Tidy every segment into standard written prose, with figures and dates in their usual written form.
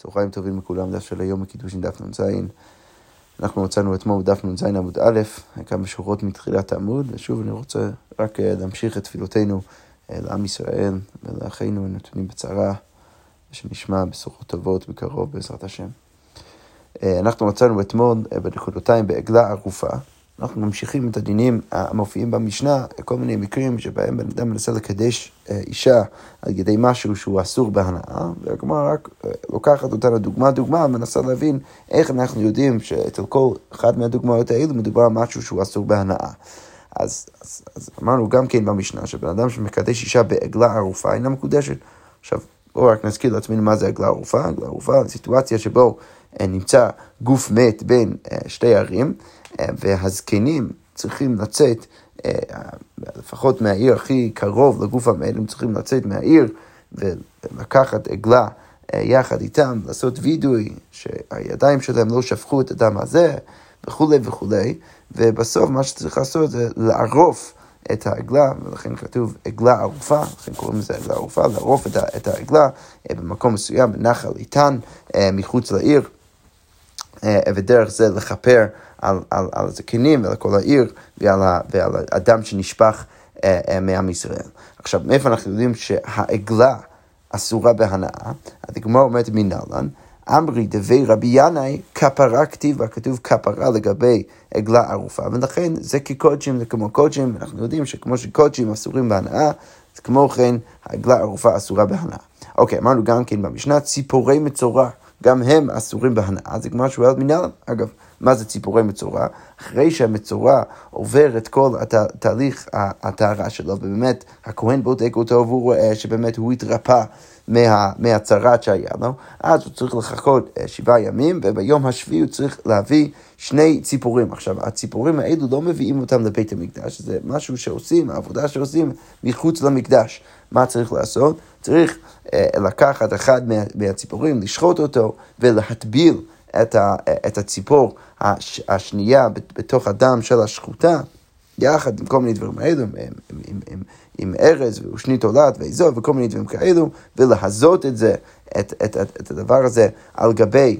צהריים טובים לכולם, דף של היום בקידושין דף נ"ז. אנחנו מצאנו אתמול בדף נ"ז עמוד א', כמה שורות מתחילת העמוד, ושוב אני רוצה רק להמשיך את תפילותינו לעם ישראל ולאחינו הנתונים בצרה, ושנשמע בשורות טובות בקרוב בעזרת השם. אנחנו מצאנו אתמול בנקודותיים בעגלה ערופה. אנחנו ממשיכים את הדינים המופיעים במשנה, כל מיני מקרים שבהם בן אדם מנסה לקדש אישה על ידי משהו שהוא אסור בהנאה, והגמרא רק לוקחת אותנו דוגמה, מנסה להבין איך אנחנו יודעים שאצל כל אחד מהדוגמאות האלו מדובר על משהו שהוא אסור בהנאה. אז אמרנו גם כן במשנה שבן אדם שמקדש אישה בעגלה ערופה אינה מקודשת. עכשיו בואו רק נזכיר לעצמנו מה זה עגלה ערופה. עגלה ערופה זה סיטואציה שבו נמצא גוף מת בין שתי ערים, והזקנים צריכים לצאת, לפחות מהעיר הכי קרוב לגוף המת, הם צריכים לצאת מהעיר ולקחת עגלה יחד איתם, לעשות וידוי שהידיים שלהם לא שפכו את הדם הזה וכו' וכו'. ובסוף מה שצריך לעשות זה לערוף את העגלה, ולכן כתוב עגלה ערופה, לכן קוראים לזה עגלה ערופה, לערוף את העגלה במקום מסוים, בנחל איתן, מחוץ לעיר, ודרך זה לחפר על הזקנים ועל כל העיר ועל הדם שנשפך מעם ישראל. עכשיו, מאיפה אנחנו יודעים שהעגלה אסורה בהנאה? הגמרא אומרת מנהלן, אמרי דבי רבי ינאי כפרה כתיבה, כתוב כפרה לגבי עגלה ערופה, ולכן זה כקודשים, זה כמו קודשים, אנחנו יודעים שכמו שקודשים אסורים בהנאה, אז כמו כן העגלה ערופה אסורה בהנאה. אוקיי, אמרנו גם כן במשנה, ציפורי מצורע, גם הם אסורים בהנאה, זה כמו שואל מנהלן. אגב, מה זה ציפורי מצורע? אחרי שהמצורע עובר את כל התהליך הטהרה שלו, ובאמת הכהן בודק אותו והוא רואה שבאמת הוא התרפא מהצרת שהיה לו, אז הוא צריך לחכות 7 ימים, וביום השביעי הוא צריך להביא 2 ציפורים. עכשיו, הציפורים האלו לא מביאים אותם לבית המקדש, זה משהו שעושים, העבודה שעושים מחוץ למקדש. מה צריך לעשות? צריך לקחת אחד מהציפורים, לשחוט אותו ולהטביל את הציפור השנייה בתוך הדם של השחוטה, יחד עם כל מיני דברים האלו, עם ארז ושנית תולעת ואיזוב וכל מיני דברים כאלו, ולהזות את זה, את הדבר הזה על גבי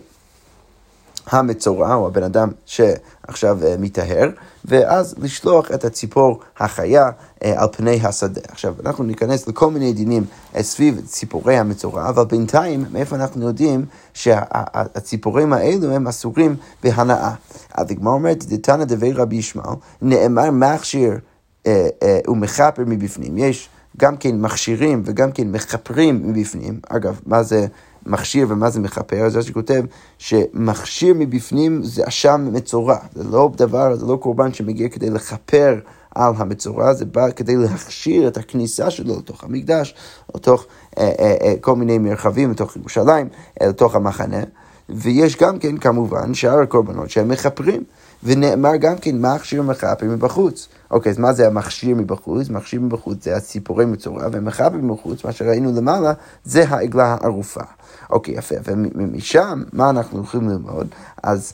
המצורע, או הבן אדם שעכשיו מטהר, ואז לשלוח את הציפור החיה על פני השדה. עכשיו, אנחנו ניכנס לכל מיני דינים סביב ציפורי המצורע, אבל בינתיים, מאיפה אנחנו יודעים שהציפורים האלו הם אסורים בהנאה? הגמרא אומרת, דתנא דבי רבי ישמעאל, נאמר מכשיר ומחפר מבפנים. יש גם כן מכשירים וגם כן מחפרים מבפנים. אגב, מה זה מכשיר ומה זה מחפר? זה שכותב שמכשיר מבפנים זה אשם מצורע. זה לא דבר, זה לא קורבן שמגיע כדי לחפר על המצורע, זה בא כדי להכשיר את הכניסה שלו לתוך המקדש, לתוך כל מיני מרחבים, לתוך ירושלים, לתוך המחנה. ויש גם כן כמובן שאר הקורבנות שהם מחפרים. ונאמר גם כן מכשיר ומחפר מבחוץ. אוקיי, אז מה זה המכשיר מבחוץ? מכשיר מבחוץ זה הציפורי מצורע, ומחפר מבחוץ, מה שראינו למעלה, זה העגלה הערופה. אוקיי, יפה. ומשם, מה אנחנו יכולים ללמוד? אז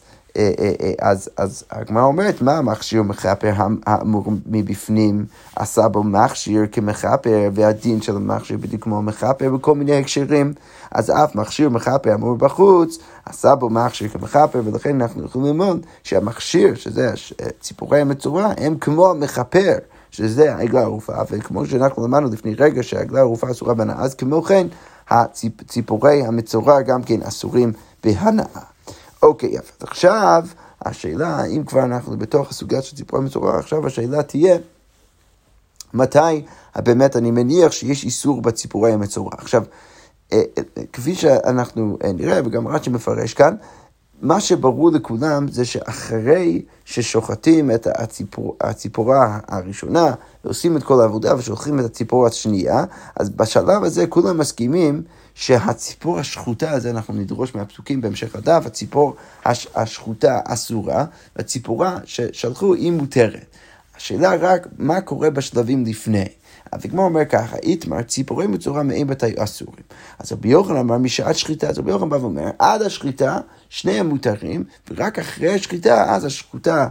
הגמרא אומרת, מה המכשיר ומחפר האמור מבפנים? עשה בו מכשיר כמחפר, והדין של המכשיר בדיוק כמו מחפר בכל מיני הקשרים. אז אף מכשיר ומחפר אמור בחוץ, עשה בו מכשיר כמחפר, ולכן אנחנו יכולים ללמוד שהמכשיר, שזה ציפורי המצורע, הם כמו המחפר, שזה העגלה הערופה, וכמו שאנחנו למדנו לפני רגע שהעגלה הערופה אסורה בהנאה, אז כמו כן, הציפורי המצורע גם כן אסורים בהנאה. אוקיי, יפה. אז עכשיו, השאלה, אם כבר אנחנו בתוך הסוגיה של ציפורי מצורע, עכשיו השאלה תהיה, מתי באמת אני מניח שיש איסור בציפורי המצורע? עכשיו, כפי שאנחנו נראה, וגם רש"י מפרש כאן, מה שברור לכולם זה שאחרי ששוחטים את הציפורה הראשונה, ועושים את כל העבודה ושולחים את הציפורה השנייה, אז בשלב הזה כולם מסכימים שהציפור השחוטה הזה, אנחנו נדרוש מהפסוקים בהמשך הדף, הציפור השחוטה אסורה, והציפורה ששלחו היא מותרת. השאלה רק מה קורה בשלבים לפני. הגמרא אומר ככה, איתמר ציפורי מצורע מעין בתי אסורים. אז רבי יוחנן אמר משעת שחיטה, אז רבי יוחנן בא ואומר, עד השחיטה שניהם מותרים, ורק אחרי השחיטה, אז השחיטה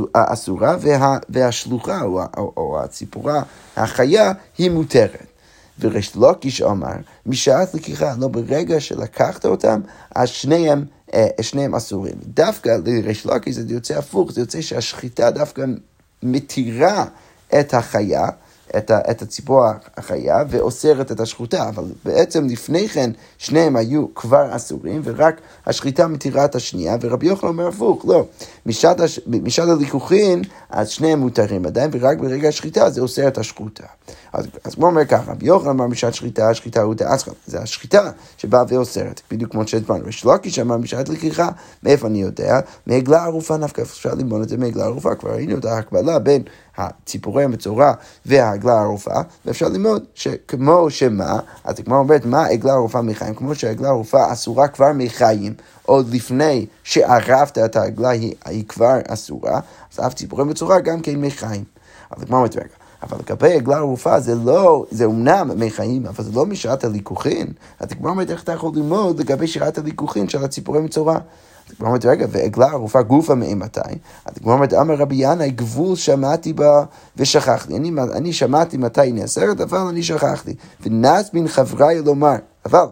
אסורה, והשלוחה או הציפורה החיה היא מותרת. וריש לקיש אמר, משעת לקיחה, לא ברגע שלקחת אותם, אז שניהם אסורים. דווקא לריש לקיש זה יוצא הפוך, זה יוצא שהשחיטה דווקא מתירה את החיה, את הציפור החיה, ואוסרת את השחיטה, אבל בעצם לפני כן שניהם היו כבר אסורים, ורק השחיטה מתירה את השנייה, ורבי יוחנן אומר הפוך, לא, משעת הליקוחין, אז שניהם מותרים עדיין, ורק ברגע השחיטה זה אוסר את השחיטה. אז הוא אומר ככה, רבי יוחנן אמר משעת שחיטה, השחיטה הוא תעצחה, זה השחיטה שבאה ואוסרת, בדיוק כמו שהסברנו. ריש לקיש אמר משעת לקיחה, מאיפה אני יודע? מעגלה ערופה נפקא, אפשר ללמוד את זה מעגלה ערופה, כבר ראינו את ההקבלה בין הציפורי המצורע והעגלה הערופה, ואפשר ללמוד שכמו שמה, אז כמו אומרת, מה העגלה הערופה מחיים? כמו שהעגלה הערופה אסורה כבר מחיים, עוד לפני שערפת את העגלה היא כבר אסורה, אז אף ציפורי מצורע גם כן מחיים. אבל כמו אומרת, רגע, אבל לגבי עגלה ערופה זה לא, זה אומנם מחיים, אבל זה לא משעת הליקוחין. אז כמו אומרת, איך אתה יכול ללמוד לגבי שעת הליקוחין של הציפורי מצורע? כמו אומרת, רגע, ועגלה ערופה גופה מאימתי? אז כמו אומרת, אמר רבי ינאי, גבול שמעתי בה ושכחתי. אני שמעתי מתי היא נאסרת, אבל אני שכחתי. ונס מן חברי לומר, אבל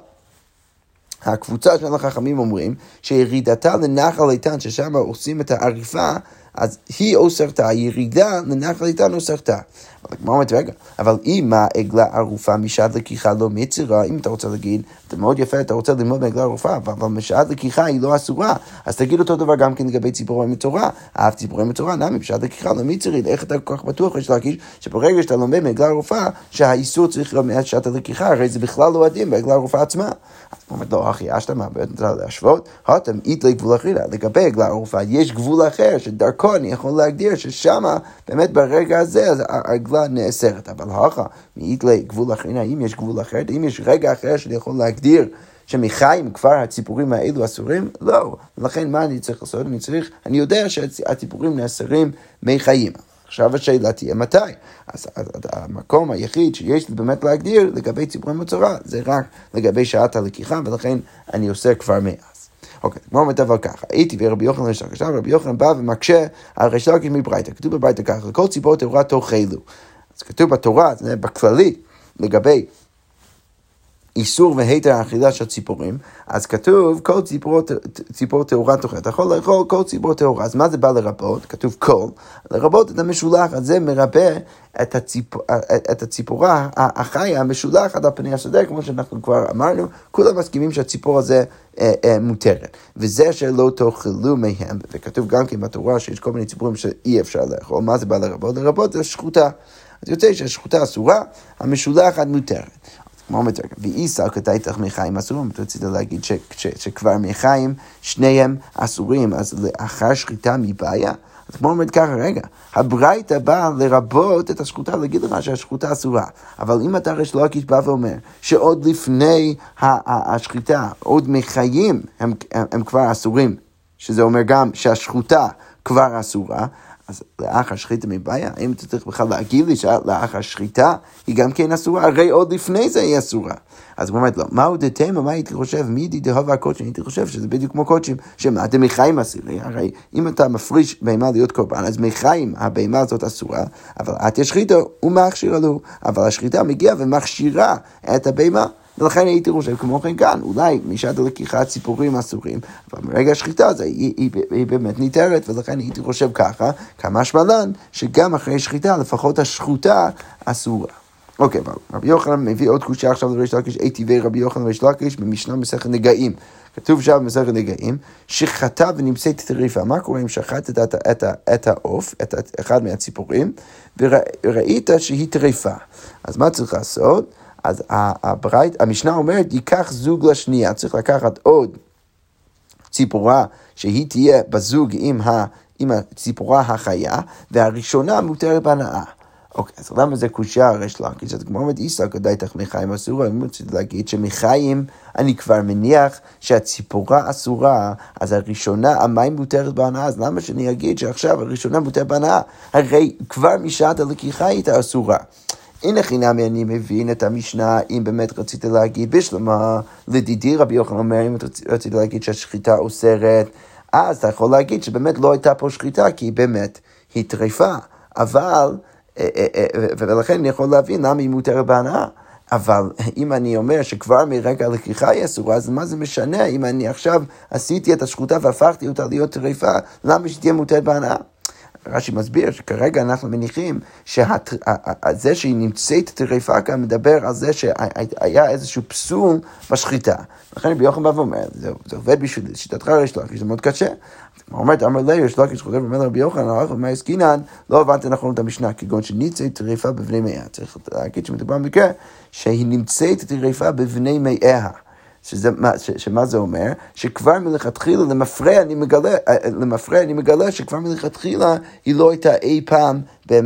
הקבוצה של החכמים אומרים, שירידתה לנחל איתן, ששם עושים את העריפה, אז היא אוסרתה, הירידה לנחל איתן אוסרתה. אבל כמו אומרת, רגע, אבל אם העגלה ערופה משעת לקיחה לא מצירה, אם אתה רוצה להגיד, זה מאוד יפה, אתה רוצה ללמוד מעגלה ערופה, אבל משעת לקיחה היא לא אסורה, אז תגיד אותו דבר גם כן לגבי ציפורי מצורע. אף ציפורי מצורע, נמי, משעת לקיחה לא מצירית, איך אתה כל כך בטוח יש להגיד, שברגע שאתה לומד מעגלה ערופה, שהאיסור צריך להיות מעט שעת לקיחה, הרי זה בכלל לא עדין בעגלה ערופה עצמה. אז כמו אומרת, לא, אחי, אשתמה, אתה להשוות, הותם, אית לגבול אחר, לגבי עגלה ערופה, יש גבול אחר, שדרכו אני יכול להגדיר ששמה, באמת ברגע הזה, אז העגלה נאסרת, אבל הכה, מאית לגבול אחר, אם יש גבול אחר, אם יש רגע אחר שאני יכול להגדיר שמחיים כבר הציפורים האלו אסורים, לא. ולכן מה אני צריך לעשות? אני יודע שהציפורים נאסרים מחיים. עכשיו השאלה תהיה מתי? אז המקום היחיד שיש לי באמת להגדיר לגבי ציפורי מצורע, זה רק לגבי שעת הלקיחה, ולכן אני עושה כבר מאז. אוקיי, כמו אומרת אבל ככה, הייתי ורבי יוחנן ריש לקיש, עכשיו רבי יוחנן בא ומקשה על ריש לקיש מברייתא, כתוב בברייתא ככה, לכל ציפור טהורה תאכלו. אז כתוב בתורה, זה בכללי, לגבי איסור והיתר האכילה של ציפורים, אז כתוב כל ציפור טהורה תאכל, אתה יכול לאכול כל ציפור טהורה, אז מה זה בא לרבות? כתוב כל, לרבות את המשולח, אז זה מרבה את הציפורה החיה המשולחת על פני השדה, כמו שאנחנו כבר אמרנו, כולם מסכימים שהציפור הזה מותרת, וזה שלא תאכלו מהם, וכתוב גם כן בתורה שיש כל מיני ציפורים שאי אפשר לאכול, מה זה בא לרבות? לרבות זה שחוטה, אז יוצא שהשחוטה אסורה, המשולחת מותרת. כמו אומרת, ואיסר כתאי תך מחיים אסורים, אתה רצית להגיד שכבר מחיים שניהם אסורים, אז לאחר שחיטה מבעיה, אז כמו אומרת ככה, רגע, הברייתא באה לרבות את השחוטה, להגיד לך שהשחוטה אסורה, אבל אם אתה ריש לקיש בא ואומר, שעוד לפני השחיטה, עוד מחיים הם כבר אסורים, שזה אומר גם שהשחוטה כבר אסורה, אז לאחר שחיטה מבעיה, אם אתה צריך בכלל להגיד לי שלאחר שחיטה היא גם כן אסורה, הרי עוד לפני זה היא אסורה. אז הוא אומר לו, מהו דתמה, מה הייתי חושב, מי דהבה הקודשים? הייתי חושב שזה בדיוק כמו קודשים, שמה, אתם מחיים אסירי, הרי אם אתה מפריש בהמה להיות קורבן, אז מחיים הבהמה הזאת אסורה, אבל את השחיטה ומכשירה לו, אבל השחיטה מגיעה ומכשירה את הבהמה, ולכן הייתי חושב כמו כן כאן, אולי משעת הלקיחה ציפורים אסורים, אבל מרגע השחיטה הזה היא באמת ניתרת, ולכן הייתי חושב ככה, כמה שמלן, שגם אחרי שחיטה לפחות השחוטה אסורה. אוקיי, רבי יוחנן מביא עוד קושיה עכשיו לריש לקיש, הייתי ורבי יוחנן ריש לקיש במשנה מסכת נגעים. כתוב שם במסכת נגעים, שחטה ונמצאת טריפה. מה קורה אם שחטת את העוף, את אחד מהציפורים, וראית שהיא טריפה. אז מה צריך לעשות? אז המשנה אומרת, ייקח זוג לשנייה, צריך לקחת עוד ציפורה שהיא תהיה בזוג עם הציפורה החיה, והראשונה מותרת בהנאה. אוקיי, אז למה זה קושיה ריש לקיש? אז כמו אומרת, איסר כדאי תך מחיים אסורה, אני רוצה להגיד שמחיים אני כבר מניח שהציפורה אסורה, אז הראשונה, המים מותרת בהנאה, אז למה שאני אגיד שעכשיו הראשונה מותרת בהנאה? הרי כבר משעת הלקיחה הייתה אסורה. הנה חינם אני מבין את המשנה, אם באמת רצית להגיד בשלמה, לדידי רבי יוחנן אומר, אם רצית להגיד שהשחיטה אוסרת, אז אתה יכול להגיד שבאמת לא הייתה פה שחיטה, כי היא באמת היא טריפה, אבל, ולכן אני יכול להבין למה היא מותרת בהנאה. אבל אם אני אומר שכבר מרגע הלקיחה היא אסורה, אז מה זה משנה אם אני עכשיו עשיתי את השחוטה והפכתי אותה להיות טריפה, למה שתהיה מותרת בהנאה? רש"י מסביר שכרגע אנחנו מניחים שזה שהיא נמצאת טריפה כאן מדבר על זה שהיה איזשהו פסול בשחיטה. לכן רבי יוחנן בא ואומר, זה עובד בשביל שיטתך ריש לקיש, זה מאוד קשה. אומרת, אמר לי, ריש לקיש חוזר ואומר לרבי יוחנן, מה עסקינן? לא הבנתי נכון את המשנה, כגון שנמצאת טריפה בבני מאיה. צריך להגיד שמדובר במקרה שהיא נמצאת טריפה בבני מאיה. שמה זה אומר? שכבר מלכתחילה למפרע אני מגלה שכבר מלכתחילה היא לא הייתה אי פעם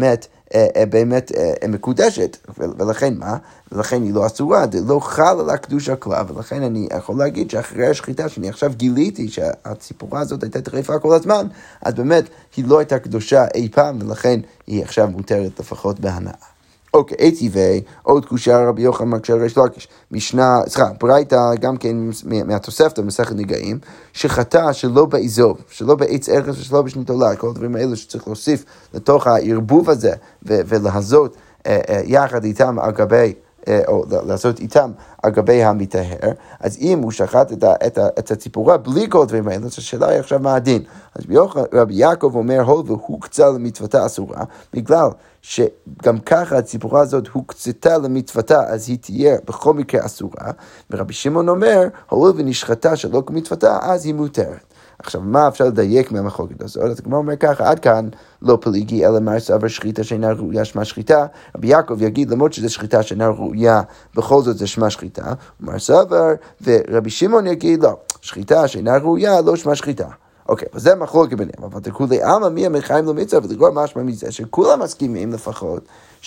באמת מקודשת, ולכן מה? ולכן היא לא אסורה, זה לא חל על הקדושה כלל, ולכן אני יכול להגיד שאחרי השחיטה שאני עכשיו גיליתי שהציפורה הזאת הייתה טריפה כל הזמן, אז באמת היא לא הייתה קדושה אי פעם, ולכן היא עכשיו מותרת לפחות בהנאה. אוקיי, ATV, עוד קושייה רבי יוחנן מקשה ריש לקיש, משנה, ברייתא גם כן מהתוספתא במסכת נגעים, שחטא שלא באזוב, שלא בעץ ארץ ושלא בשנית עולה, כל הדברים האלו שצריך להוסיף לתוך הערבוב הזה, ולהזות יחד איתם על גבי, או לעשות איתם על גבי המטהר, אז אם הוא שחט את הציפורה בלי כל הדברים האלה, אז השאלה היא עכשיו מה הדין. אז רבי יעקב אומר, והוא קצה למצוותה אסורה, בגלל שגם ככה הציפורה הזאת הוקצתה למצוותה, אז היא תהיה בכל מקרה אסורה, ורבי שמעון אומר, ונשחטה שלא כמצוותה, אז היא מותרת. עכשיו, מה אפשר לדייק מהמחלוקת הזאת? אז כמו אומר ככה, עד כאן לא פליגי, אלא מר סבר שחיטה שאינה ראויה שמה שחיטה. רבי יעקב יגיד, למרות שזה שחיטה שאינה ראויה, בכל זאת זה שמה שחיטה. מר סבר, ורבי שמעון יגיד, לא, שחיטה שאינה ראויה, לא שמה שחיטה. אוקיי, אז זה מחלוקת ביניהם, אבל תקולי עלמא מי המחיים למצווה, ולגרוע משמע מזה, שכולם מסכימים לפחות,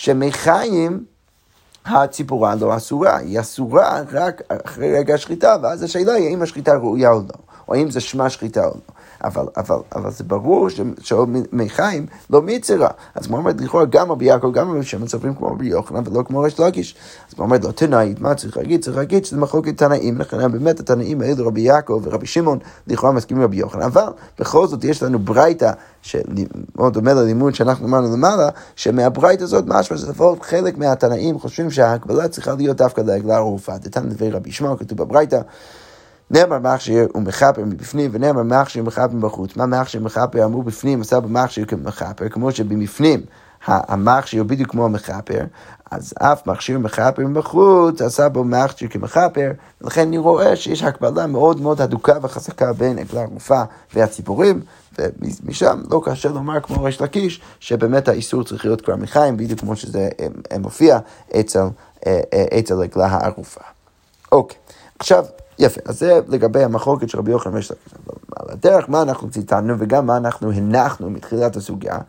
שמחיים הציפורה לא אסורה, היא אסורה רק אחרי רגע השחיטה, ואז השאלה היא האם השחיטה ראויה או לא, או האם זה שמה שחיטה או לא. אבל זה ברור שמחיים לא מצרה. אז הוא אומר, לכאורה גם רבי יעקב, גם רבי שמעון סוברים כמו רבי יוחנן ולא כמו ריש לקיש. אז הוא אומר, לא תנאית, מה צריך להגיד? צריך להגיד שזה מחלוקת תנאים, לכן באמת התנאים האלו רבי יעקב ורבי שמעון לכאורה מסכימים רבי יוחנן, אבל בכל זאת יש לנו ברייתא, שמאוד דומה ללימוד שאנחנו אמרנו למעלה, שמהברייתא הזאת משמע שלפחות חלק מהתנאים חושבים שההקבלה צריכה להיות דווקא לעגלה ערופה. דתן דברי רבי ישמעאל כתוב בברייתא, נאמר מכשיר ומחפר מבפנים, ונאמר מכשיר ומחפר מבחוץ. מה מכשיר ומחפר אמרו בפנים, עשה במכשיר כמחפר, כמו שבמפנים המכשיר הוא בדיוק כמו המחפר, אז אף מכשיר ומחפר מבחוץ עשה בו מכשיר כמחפר, ולכן אני רואה שיש הקבלה מאוד מאוד הדוקה וחזקה בין עגלה ערופה והציפורים, ומשם לא קשה לומר כמו ריש לקיש, שבאמת האיסור צריך להיות כבר מחיים, בדיוק כמו שזה מופיע אצל עגלה הערופה. אוקיי, עכשיו, יפה, אז זה לגבי המחלוקת של רבי יוחנן וריש לקיש. על הדרך, מה אנחנו ציטטנו וגם מה אנחנו הנחנו מתחילת הסוגיה,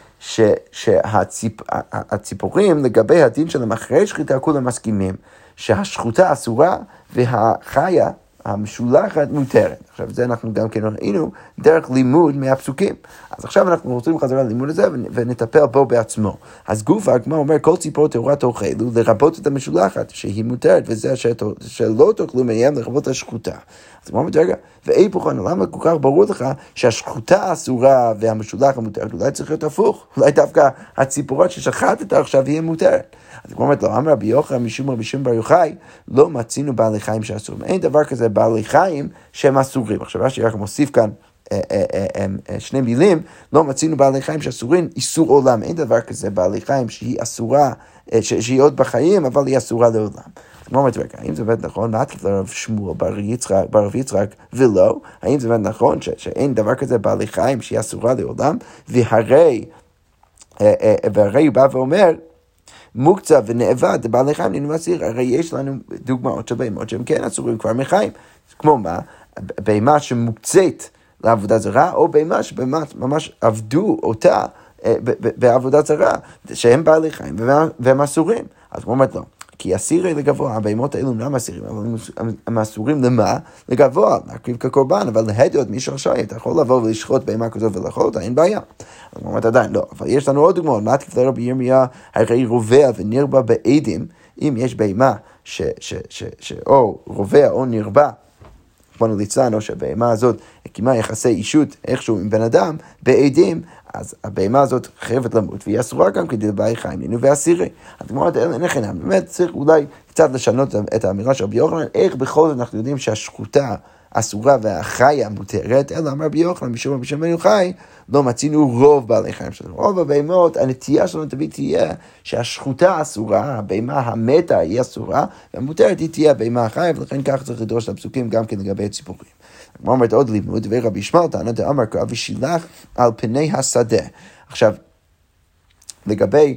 שהציפורים לגבי הדין שלהם אחרי שחיטה כולם מסכימים שהשחוטה אסורה והחיה המשולחת מותרת. עכשיו זה אנחנו גם כן ראינו דרך לימוד מהפסוקים. אז עכשיו אנחנו רוצים חזרה ללימוד הזה ונטפל בו בעצמו. אז גוף הגמרא אומר כל ציפור טהורה תאכלו לרבות את המשולחת שהיא מותרת, וזה שלא תאכלו מהם לרבות השחוטה. אז כמו רגע, ואיפוכן, למה כל כך ברור לך שהשחוטה אסורה והמשולחת מותרת? אולי צריך להיות הפוך, אולי דווקא הציפורות ששחטת עכשיו היא מותרת. אז כמו אומרת לו, אמר רבי יוחנן משום רבי שמעון בר יוחאי, לא מצינו בעלי חיים שאסורים. אין דבר כזה בעלי חיים שהם אסורים. עכשיו רש"י רק מוסיף כאן שני מילים, לא מצינו בעלי חיים שאסורים, איסור עולם. אין דבר כזה בעלי חיים שהיא אסורה, שהיא עוד בחיים, אבל היא אסורה לעולם. כמו אומרת, רגע, האם זה באמת נכון? מה התקיף לרב שמואל ברב יצחק ולא? האם זה באמת נכון שאין דבר כזה בעלי חיים שהיא אסורה לעולם? והרי הוא בא ואומר, מוקצה ונאבד, בעלי חיים נהנו אסיר, הרי יש לנו דוגמאות של בהמות שהם כן אסורים כבר מחיים. כמו מה? בהמה שמוקצית לעבודה זרה, או בהמה שממש עבדו אותה בעבודה זרה, שהם בעלי חיים והם אסורים. אז כמו אומרת לו, כי אסירי לגבוה, הבהמות האלו הם לא אסירים, אבל הם אסורים למה? לגבוה, להקריב כקורבן, אבל להדיות מי שרשאי, אתה יכול לבוא ולשחוט בהמה כזאת ולאכול אותה, אין בעיה. אז הוא אומר עדיין, לא, אבל יש לנו עוד דוגמאות, מה תקף לרבי ירמיה, הרי רובע ונרבה בעדים, אם יש בהמה או רובע או נרבה, רחמנא ליצלן, או שהבהמה הזאת קיימה יחסי אישות איכשהו עם בן אדם, בעדים, אז הבהמה הזאת חייבת למות, והיא אסורה גם כדי לבעלי חיים, נינו ואסירי. אז כמו אין חינם, באמת צריך אולי קצת לשנות את האמירה של רבי יוחנן, איך בכל זאת אנחנו יודעים שהשחוטה אסורה והחיה מותרת, אלא אמר רבי יוחנן, משום רבי שמעון בן יוחאי, לא מצינו רוב בעלי חיים שלנו. רוב הבהמות, הנטייה שלנו תהיה שהשחוטה אסורה, הבהמה המתה היא אסורה, והמותרת היא תהיה הבהמה החיה, ולכן כך צריך לדרוש לפסוקים גם כן לגבי ציפורים. כמו אומרת עוד לימוד, ורבי ישמעאל טענה דאמר כה, ושילח על פני השדה. עכשיו, לגבי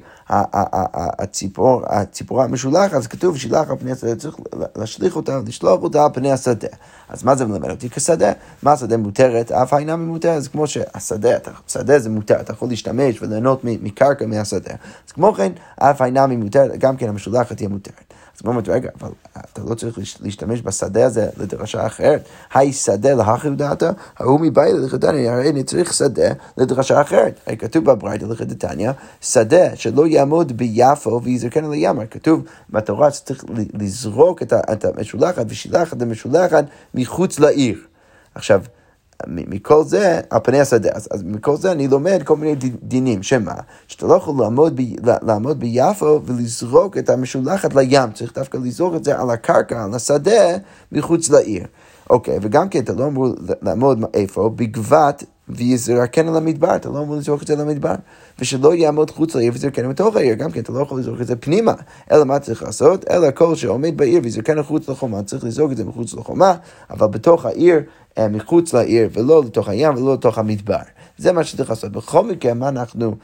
הציפורה המשולחת, אז כתוב שילח על פני השדה, צריך לשליח אותה, לשלוח אותה על פני השדה. אז מה זה מלמד אותי כשדה? מה השדה מותרת? אף אינה ממותרת, אז כמו שהשדה, השדה זה מותר, אתה יכול להשתמש וליהנות מקרקע מהשדה. אז כמו כן, אף אינה ממותרת, גם כן המשולחת תהיה מותרת. אז כמו אומרת, רגע, אבל אתה לא צריך להשתמש בשדה הזה לדרשה אחרת. היי שדה להכיל דעתה, ההוא מבית לכדתניה, הרי אני צריך שדה לדרשה אחרת. הרי כתוב בברייתא לכדתניה, שדה שלא יעמוד ביפו ויזרקן על הים. כתוב בתורה שצריך לזרוק את המשולחת ושילח את המשולחת מחוץ לעיר. עכשיו, מכל זה, על פני השדה, אז מכל זה אני לומד כל מיני דינים, שמה? שאתה לא יכול לעמוד ביפו ולזרוק את המשולחת לים, צריך דווקא לזרוק את זה על הקרקע, על השדה, מחוץ לעיר. אוקיי, וגם כן אתה לא אמור לעמוד איפה? בגבת ויזרקן על המדבר, אתה לא אמור לזרוק את זה למדבר, ושלא יעמוד חוץ לעיר ויזרקן בתוך העיר, גם כן אתה לא יכול לזרוק את זה פנימה, אלא מה צריך לעשות? אלא כל שעומד בעיר ויזרקן מחוץ לחומה, צריך לזרוק את זה מחוץ לחומה, אבל בתוך העיר, מחוץ לעיר, ולא לתוך הים ולא לתוך המדבר. זה מה שצריך לעשות. בכל מקרה, מה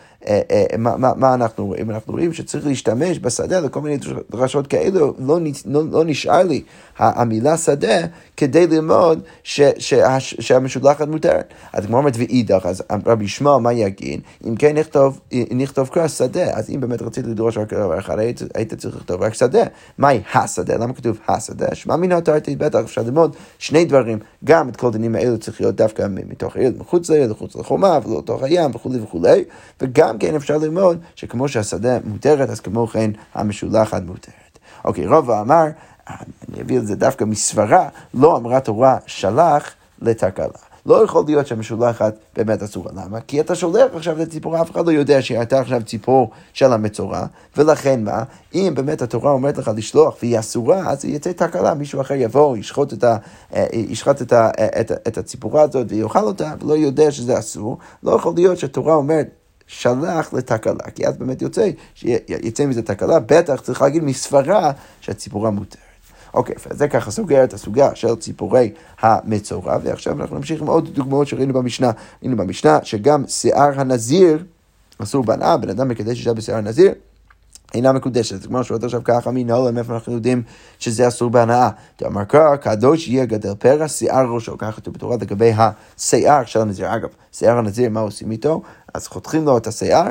אנחנו רואים? אנחנו רואים שצריך להשתמש בשדה לכל מיני דרשות כאלו, לא נשאר לי המילה שדה כדי ללמוד שהמשולחת מותרת. אז כמו אומרת ואידך, אז רבי ישמעאל מה יגיד? אם כן נכתוב כבר שדה, אז אם באמת רציתי לדרוש רק דבר אחד, היית צריך לכתוב רק שדה. מהי השדה? למה כתוב השדה? שמע מן התרתי, בטח אפשר ללמוד שני דברים, גם את כל דינים האלו צריך להיות דווקא מתוך העיר, מחוץ לעיר, מחוץ לחומה, ולא לתוך הים וכו' וכו'. וגם כן אפשר ללמוד שכמו שהשדה מותרת, אז כמו כן המשולחת מותרת. אוקיי, רבא אמר, אני אביא את זה דווקא מסברה, לא אמרה תורה שלח לתקלה. לא יכול להיות שהמשולחת באמת אסורה. למה? כי אתה שולח עכשיו לציפורה, אף אחד לא יודע שהייתה עכשיו ציפור של המצורע, ולכן מה? אם באמת התורה אומרת לך לשלוח והיא אסורה, אז יצא תקלה, מישהו אחר יבוא, ישחט את הציפורה הזאת ויאכל אותה, ולא יודע שזה אסור. לא יכול להיות שהתורה אומרת שלח לתקלה, כי אז באמת יצא מזה תקלה, בטח צריך להגיד מסברה שהציפורה מותרת. אוקיי, זה ככה סוגר את הסוגיה של ציפורי המצורע, ועכשיו אנחנו נמשיך עם עוד דוגמאות שראינו במשנה. ראינו במשנה שגם שיער הנזיר אסור בהנאה, בן אדם מקדש אישה בשיער הנזיר, אינה מקודשת. כמו שואלת עכשיו ככה מנהל, מאיפה אנחנו יודעים שזה אסור בהנאה? תאמר כך, קדוש יהיה גדל פרע, שיער ראשו, ככה כתוב בתורה לגבי השיער של הנזיר. אגב, שיער הנזיר, מה עושים איתו? אז חותכים לו את השיער,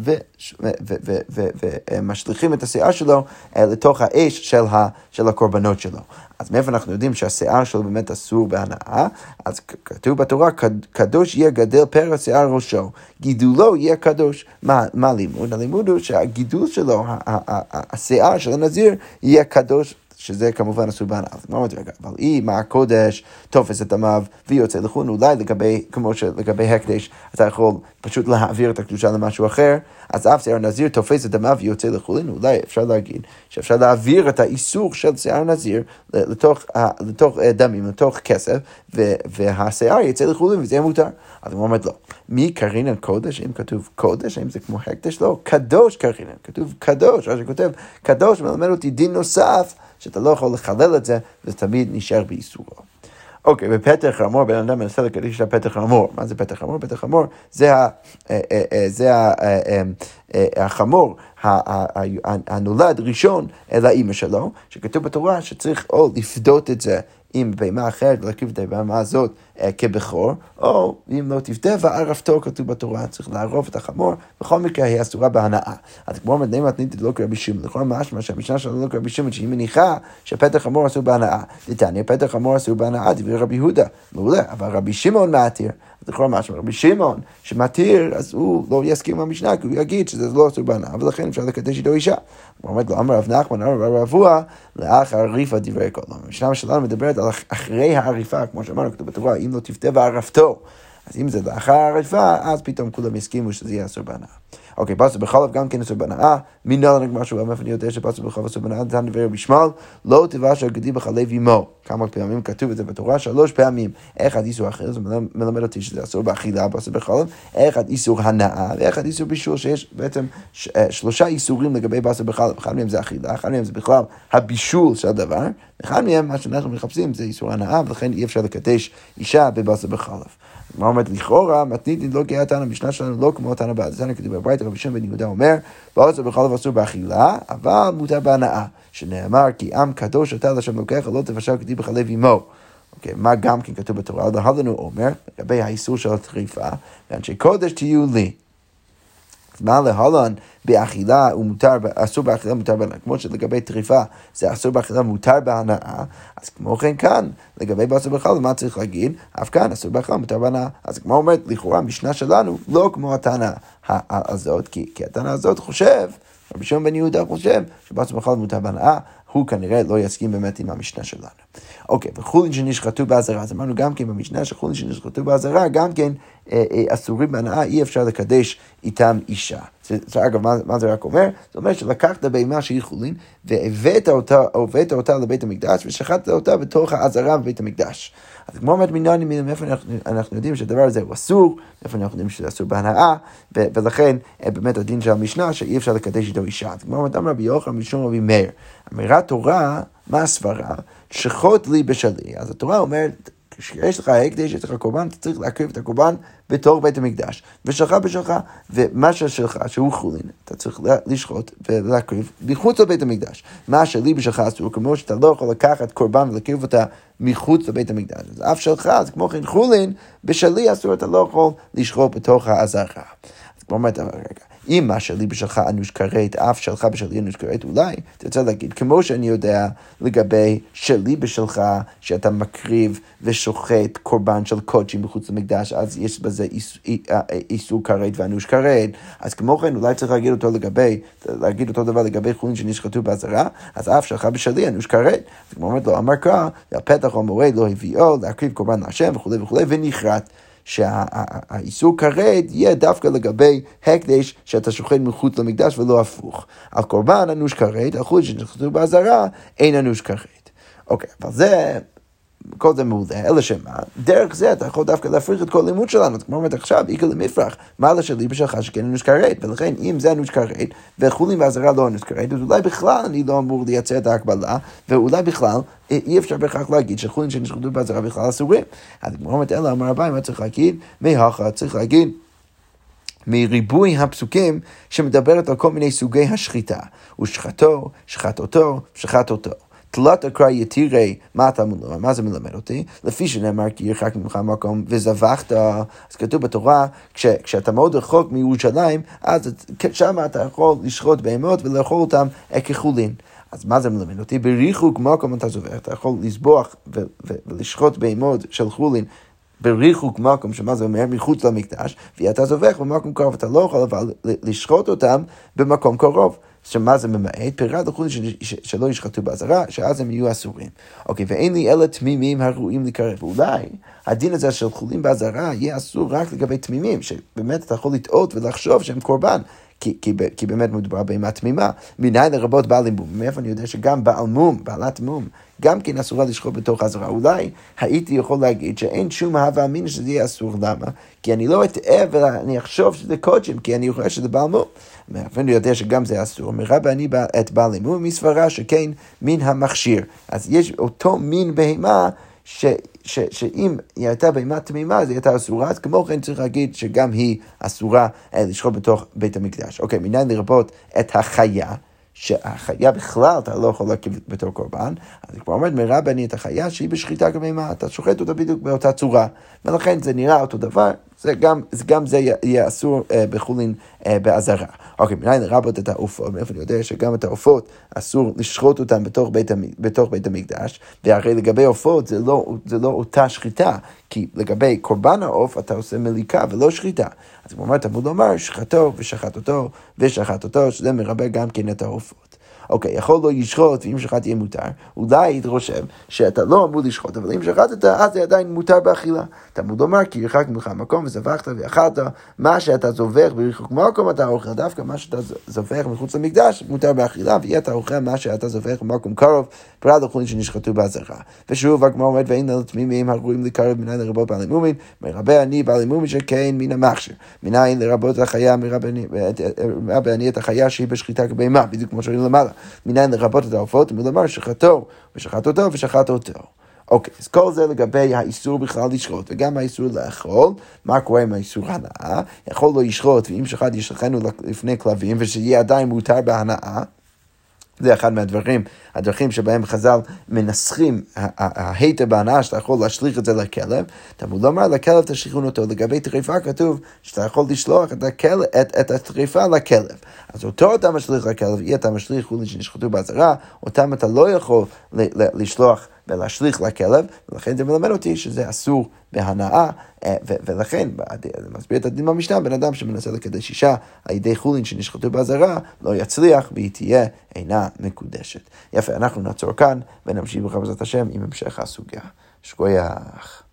ומשליכים את השיער שלו לתוך האש של הקורבנות שלו. אז מאיפה אנחנו יודעים שהשיער שלו באמת אסור בהנאה? אז כתוב בתורה, קדוש יהיה גדל פרע שיער ראשו, גידולו יהיה קדוש. מה הלימוד? הלימוד הוא שהגידול שלו, השיער של הנזיר, יהיה קדוש, שזה כמובן אסור בהנאה. אז מה אומרת רגע? אבל אם הקודש תופס את דמיו ויוצא לחו"ל, אולי כמו שלגבי הקדש, אתה יכול פשוט להעביר את הקדושה למשהו אחר, אז אף שיער נזיר תופס את דמיו ויוצא לחו"ל, אולי אפשר להגיד שאפשר להעביר את האיסור של שיער נזיר לתוך דמים, לתוך כסף, והשיער יצא לחו"ל וזה מותר. אז הוא אומר לא. מי קרינן קודש? אם כתוב קודש, האם זה כמו הקדש? לא, קדוש קרינן. כתוב קדוש, אז שכותב קדוש מלמד אותי דין נוסף, שאתה לא יכול לחלל את זה, זה תמיד נשאר באיסורו. אוקיי, בפתח חמור, בן אדם מנסה לקדיש לפתח חמור. מה זה פתח חמור? פתח חמור זה החמור הנולד ראשון אל האמא שלו, שכתוב בתורה שצריך או לפדות את זה עם בהמה אחרת, להקריב את הבהמה הזאת כבכור, או אם לא תפדה וערפתו, כתוב בתורה, צריך לערוף את החמור, בכל מקרה היא אסורה בהנאה. אז כמו מדעים מתנית לא כרבי שמעון, לכל משמע שהמשנה שלנו לא כרבי שמעון, שהיא מניחה שפתח חמור אסור בהנאה. דתניא, פתח חמור אסור בהנאה, דברי רבי יהודה, מעולה, אבל רבי שמעון מתיר. אז לכאורה משמע רבי שמעון שמתיר, אז הוא לא יסכים מהמשנה, כי הוא יגיד שזה לא אסור בהנאה, ולכן אפשר לקדש איתו אישה. הוא אומר לו, אמר רב נחמן, אמר רב אבוה, לאחר עריפה דברי כל. המשנה שלנו מדברת על אחרי העריפה, כמו שאמרנו, כתוב בתורה, אם לא תפתה וערפתו. אז אם זה לאחר העריפה, אז פתאום כולם יסכימו שזה יהיה אסור בהנאה. אוקיי, בשר בחלב גם כן אסור בהנאה, מנהל נגמר שהוא מאיפה אני יודע שבשר בחלב אסור בהנאה, נתן דבר בשמל, לא תבש הגדי בחלב אמו. כמה פעמים כתוב את זה בתורה? 3 פעמים. אחד איסור אחר, זה מלמד אותי שזה אסור באכילה, בשר בחלב, אחד איסור הנאה, ואחד איסור בישול, שיש בעצם 3 איסורים לגבי בשר בחלב. אחד מהם זה אכילה, אחד מהם זה בכלל הבישול של הדבר, אחד מהם, מה שאנחנו מחפשים, זה איסור הנאה, ולכן אי אפשר לקדש אישה בבשר בחלב. מה אומרת לכאורה, מתנית לא גאה תנא, המשנה שלנו לא כמו תנא בעד. זה כתוב בברייתא, רבי שמעון בן יהודה אומר, בשר בחלב אסור באכילה, אבל מותר בהנאה, שנאמר כי עם קדוש אתה להשם אלוקיך, לא תבשל גדי בחלב אמו. אוקיי, מה גם כן כתוב בתורה? להלן הוא אומר, לגבי האיסור של הטריפה, ואנשי קודש תהיו לי. מה להלן באכילה הוא מותר, אסור באכילה מותר בהנאה, כמו שלגבי טריפה זה אסור באכילה מותר בהנאה, אז כמו כן כאן, לגבי בשר בחלב, מה צריך להגיד? אף כאן אסור באכילה מותר בהנאה. אז כמו אומרת, לכאורה המשנה שלנו לא כמו הטענה הזאת, כי הטענה הזאת חושב, רבי שמעון בן יהודה חושב שבשר בחלב מותר בהנאה, הוא כנראה לא יסכים באמת עם המשנה שלנו. אוקיי, וחולין שנשחטו באזהרה, אז אמרנו גם כן במשנה שחולין שנשחטו באזהרה, גם כן אסורים בהנאה, אי אפשר לקדש איתם אישה. אגב, מה זה רק אומר? זה אומר שלקחת בהמה שהיא חולין, והבאת אותה לבית המקדש, ושחטת אותה בתוך האזהרה בבית המקדש. אז כמו אומרת מינני, מאיפה אנחנו יודעים שהדבר הזה הוא אסור, מאיפה אנחנו יודעים שזה אסור בהנאה, ולכן באמת הדין של המשנה שאי אפשר לקדש איתו אישה. אז כמו אומרת אמר רבי יוחנן משום רבי מאיר, אמירת תורה, מה הסברה? שחוט לי בשלי. אז התורה אומרת, כשיש לך הקדש, יש לך קורבן, אתה צריך להקריב את הקורבן בתוך בית המקדש. ושלך בשלך, ומה שלך, שהוא חולין, אתה צריך לשחוט ולהקריב מחוץ לבית המקדש. מה שלי בשלך אסור, כמו שאתה לא יכול לקחת קורבן ולהקריב אותה מחוץ לבית המקדש. אז אף שלך, אז כמו כן חולין, בשלי אסור, אתה לא יכול לשחוט בתוך האזהרה. אז כמו אומרת, רגע, אם מה שלי בשלך אנוש כרת, אף שלך בשלי אנוש כרת, אולי תרצה להגיד, כמו שאני יודע לגבי שלי בשלך, שאתה מקריב ושוחט קורבן של קודשים בחוץ למקדש, אז יש בזה איסור כרת ואנוש כרת, אז כמו כן אולי צריך להגיד אותו דבר לגבי חולין שנשחטו באזהרה, אז אף שלך בשלי אנוש כרת, אז כמו אומרת לו, אמר כה, הפתח המורה לא הביאו, להקריב קורבן להשם וכו' וכו' ונחרט. שהאיסור כרת יהיה דווקא לגבי הקדש שאתה שוחט מחוץ למקדש ולא הפוך. על קורבן אנוש כרת, על חולין שנשחטו באזהרה, אין אנוש כרת. אוקיי, אבל זה, כל זה מעולה, אלא שמה, דרך זה אתה יכול דווקא להפריך את כל לימוד שלנו, כמו אומרת עכשיו, איקה למפרח, מה לשלי בשלך שכן אנוש כרת, ולכן אם זה אנוש כרת, וחולין באזהרה לא אנוש כרת, אז אולי בכלל אני לא אמור לייצר את ההקבלה, ואולי בכלל אי אפשר בכך להגיד שחולין שנשחטו באזהרה בכלל אסורים. אז כמו אומרת אלא, אמר הבא, מה צריך להגיד? מהכה צריך להגיד, מריבוי הפסוקים שמדברת על כל מיני סוגי השחיטה, ושחטו, שחט אותו. תלת הקרא יתירי, מה זה מלמד אותי? לפי שנאמר כי ירחק ממך מקום וזבחת, אז כתוב בתורה, כשאתה מאוד רחוק מירושלים, אז שם אתה יכול לשחוט בהמות ולאכול אותם כחולין. אז מה זה מלמד אותי? בריחוק מקום אתה זובח, אתה יכול לסבוח ולשחוט בהמות של חולין, בריחוק מקום, שמה זה אומר? מחוץ למקדש, ואתה זובח במקום קרוב, אתה לא יכול אבל לשחוט אותם במקום קרוב. שמה זה ממעט? פירט לחולין שלא ישחטו באזהרה, שאז הם יהיו אסורים. אוקיי, ואין לי אלה תמימים הראויים לקרב. אולי הדין הזה של חולין באזהרה יהיה אסור רק לגבי תמימים, שבאמת אתה יכול לטעות ולחשוב שהם קורבן. כי באמת מדובר בהמה תמימה. מניין לרבות בעל מום. מאיפה אני יודע שגם בעל מום, בעלת מום, גם כן אסורה לשחוט בתוך האזהרה. אולי הייתי יכול להגיד שאין שום הווה אמינא שזה יהיה אסור. למה? כי אני לא אטעה ואני אחשוב שזה קודשים, כי אני חושב שזה בעל מום. מאיפה אני יודע שגם זה אסור. מרבה אני את בעל מום מסברה שכן מן המכשיר. אז יש אותו מין בהמה שאם היא הייתה בהמה תמימה, אז היא הייתה אסורה, אז כמו כן צריך להגיד שגם היא אסורה לשחוט בתוך בית המקדש. אוקיי, מניין לרבות את החיה, שהחיה בכלל אתה לא יכול להקיב בתור קורבן, אז כבר אומרת, מרבה אני את החיה שהיא בשחיטה כבהמה, אתה שוחט אותה בדיוק באותה צורה, ולכן זה נראה אותו דבר, גם זה יהיה אסור בחולין בעזרה. אוקיי, מניין לרבות את העופות, מאיפה אני יודע שגם את העופות אסור לשחוט אותם בתוך בית המקדש, והרי לגבי עופות זה לא אותה שחיטה, כי לגבי קורבן העוף אתה עושה מליקה ולא שחיטה. אז הוא אומר, תלמוד לומר, שחטו ושחט אותו, שזה מרבה גם כן את העופות. אוקיי, יכול לא לשחוט, ואם שחט יהיה מותר, אולי היית חושב שאתה לא אמור לשחוט, אבל אם שחטת, אז זה עדיין מותר באכילה. תלמוד לומר, כי ירחק ממך מקום וזבחת ואכלת, מה שאתה זובח ברחוק מקום אתה אוכל, דווקא מה שאתה זובח מחוץ למקדש, מותר באכילה, ויהיה אתה אוכל מה שאתה זובח במקום קרוב, פרט לחולין שנשחטו בעזרה. ושוב, הגמרא אומרת, ואין לתמימים הראויים לקרב מניין לרבות בעלי מומין, מרבה אני בעלי מומין שכן מן המכשיר. מניין לרבות החיה, מרבה אני את החיה שהיא בשחיטה כבהמה, בדיוק כמו שראינו למעלה. מניין לרבות את העופות, ולומר שחטו ושחט אותו ושחט אותו. אוקיי, אז כל זה לגבי האיסור בכלל לשחוט, וגם האיסור לאכול. מה קורה עם האיסור הנאה? יכול לא לשחוט, ואם שחט ישלחנו לפני כלבים, ושיהיה עדיין מותר בהנאה. זה אחד הדרכים שבהם חז"ל מנסחים ההיתר בהנאה, שאתה יכול להשליך את זה לכלב. תלמוד לומר, לכלב תשליכון אותו. לגבי טריפה כתוב שאתה יכול לשלוח את הטריפה לכלב. אז אותו אתה משליך לכלב, יהיה אתה משליך חולין שנשחטו בעזרה, אותם אתה לא יכול לשלוח ולהשליך לכלב, ולכן זה מלמד אותי שזה אסור בהנאה, ולכן, מסביר את הדין במשנה, בן אדם שמנסה לקדש אישה על ידי חולין שנשחטו בעזרה, לא יצליח והיא תהיה אינה מקודשת. יפה, אנחנו נעצור כאן ונמשיך בעזרת השם עם המשך הסוגיה. שכוייח.